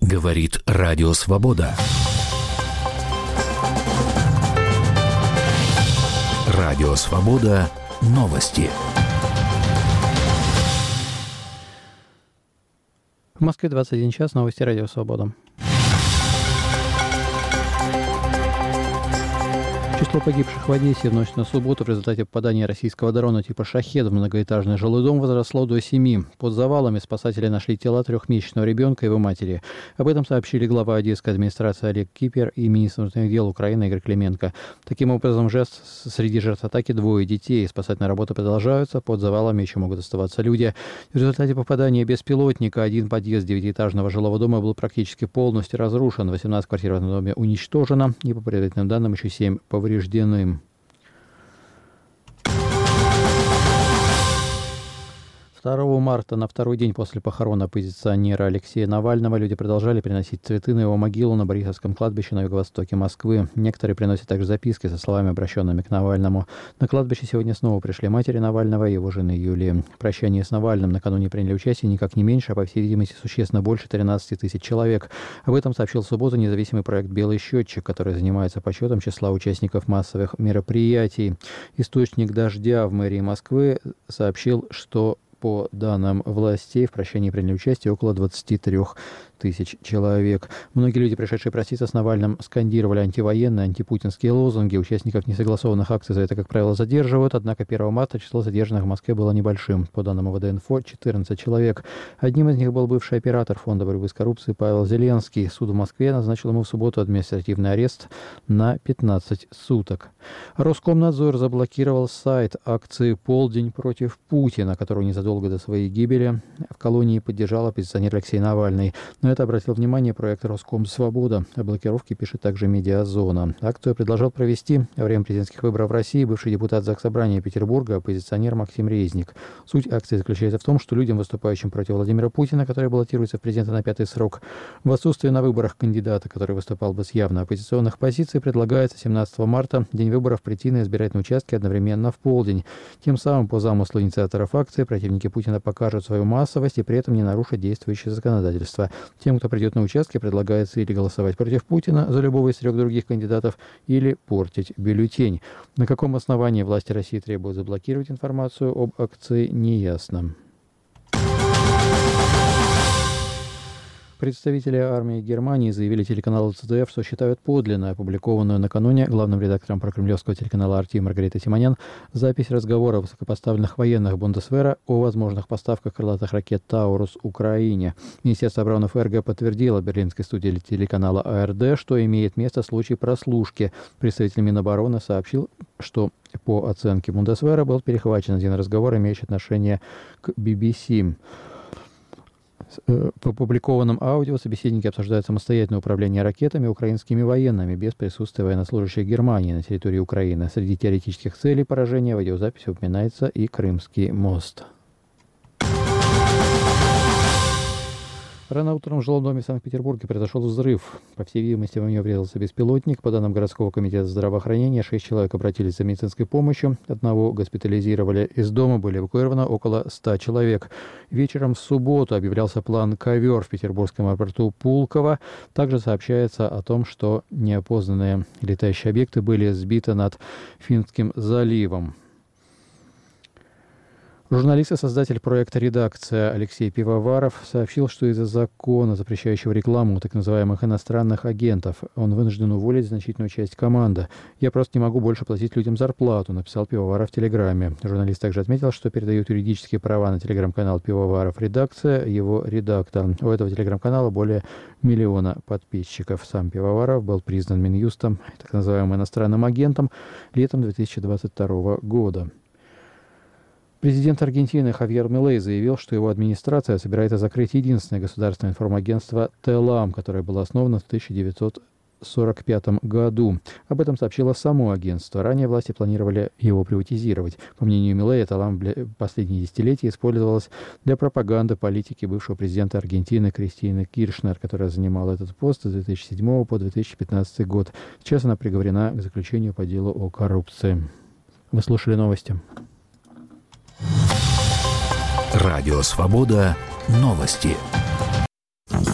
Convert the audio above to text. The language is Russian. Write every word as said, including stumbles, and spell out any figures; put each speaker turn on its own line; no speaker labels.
Говорит Радио Свобода. Радио Свобода. Новости.
В Москве двадцать один час. Новости Радио Свобода. Число погибших в Одессе в ночь на субботу в результате попадания российского дрона типа «Шахед» в многоэтажный жилой дом возросло до семи. Под завалами спасатели нашли тела трехмесячного ребенка и его матери. Об этом сообщили глава Одесской администрации Олег Кипер и министр внутренних дел Украины Игорь Клименко. Таким образом, жест среди жертв атаки двое детей. Спасательные работы продолжаются. Под завалами еще могут оставаться люди. В результате попадания беспилотника один подъезд девятиэтажного жилого дома был практически полностью разрушен. восемнадцать квартир в этом доме уничтожено. И по предварительным данным еще семь повреждены. второго марта, на второй день после похорон оппозиционера Алексея Навального, люди продолжали приносить цветы на его могилу на Борисовском кладбище на юго-востоке Москвы. Некоторые приносят также записки со словами, обращенными к Навальному. На кладбище сегодня снова пришли матери Навального и его жены Юлии. В прощании с Навальным накануне приняли участие никак не меньше, а по всей видимости существенно больше тринадцати тысяч человек. Об этом сообщил в субботу независимый проект «Белый счетчик», который занимается подсчетом числа участников массовых мероприятий. Источник «Дождя» в мэрии Москвы сообщил, что по данным властей, в прощании приняли участие около двадцати трёх тысяч человек. Многие люди, пришедшие проститься с Навальным, скандировали антивоенные, антипутинские лозунги. Участников несогласованных акций за это, как правило, задерживают. Однако первого марта число задержанных в Москве было небольшим. По данным ВД-инфо, четырнадцать человек. Одним из них был бывший оператор Фонда борьбы с коррупцией Павел Зеленский. Суд в Москве назначил ему в субботу административный арест на пятнадцать суток. Роскомнадзор заблокировал сайт акции «Полдень против Путина», которую незадолго до своей гибели в колонии поддержал оппозиционер Алексей Навальный. На это обратил внимание проект «Роском Свобода». О блокировке пишет также «Медиазона». Акцию предложил провести во время президентских выборов в России бывший депутат Заксобрания Петербурга, оппозиционер Максим Резник. Суть акции заключается в том, что людям, выступающим против Владимира Путина, который баллотируется в президенты на пятый срок, в отсутствие на выборах кандидата, который выступал бы с явно оппозиционных позиций, предлагается семнадцатого марта, день выборов, прийти на избирательные участки одновременно в полдень. Тем самым, по замыслу инициаторов акции, противники Путина покажут свою массовость и при этом не нарушат действующее законодательство. Тем, кто придет на участки, предлагается или голосовать против Путина за любого из трех других кандидатов, или портить бюллетень. На каком основании власти России требуют заблокировать информацию об акции, неясно. Представители армии Германии заявили телеканалу ЦДФ, что считают подлинной опубликованную накануне главным редактором прокремлевского телеканала «Арти» Маргаритой Симонян запись разговора высокопоставленных военных Бундесвера о возможных поставках крылатых ракет «Таурус» Украине. Министерство обороны ФРГ подтвердило берлинской студии телеканала АРД, что имеет место случай прослушки. Представитель Минобороны сообщил, что по оценке Бундесвера был перехвачен один разговор, имеющий отношение к би би си. По опубликованным аудио собеседники обсуждают самостоятельное управление ракетами украинскими военными без присутствия военнослужащих Германии на территории Украины. Среди теоретических целей поражения в аудиозаписи упоминается и Крымский мост. Рано утром в жилом доме в Санкт-Петербурге произошел взрыв. По всей видимости, в него врезался беспилотник. По данным городского комитета здравоохранения, шесть человек обратились за медицинской помощью. Одного госпитализировали. Из дома были эвакуировано около ста человек. Вечером в субботу объявлялся план «Ковер» в петербургском аэропорту Пулково. Также сообщается о том, что неопознанные летающие объекты были сбиты над Финским заливом. Журналист и создатель проекта «Редакция» Алексей Пивоваров сообщил, что из-за закона, запрещающего рекламу так называемых иностранных агентов, он вынужден уволить значительную часть команды. «Я просто не могу больше платить людям зарплату», написал Пивоваров в Телеграме. Журналист также отметил, что передает юридические права на телеграм-канал Пивоваров «Редакция» его редактор. У этого телеграм-канала более миллиона подписчиков. Сам Пивоваров был признан Минюстом так называемым иностранным агентом летом две тысячи двадцать второго года. Президент Аргентины Хавьер Милей заявил, что его администрация собирается закрыть единственное государственное информагентство «Телам», которое было основано в тысяча девятьсот сорок пятом году. Об этом сообщило само агентство. Ранее власти планировали его приватизировать. По мнению Милея, «Телам» в последние десятилетия использовалось для пропаганды политики бывшего президента Аргентины Кристины Киршнер, которая занимала этот пост с две тысячи седьмого по две тысячи пятнадцатый год. Сейчас она приговорена к заключению по делу о коррупции. Вы слушали новости.
Радио Свобода. Новости.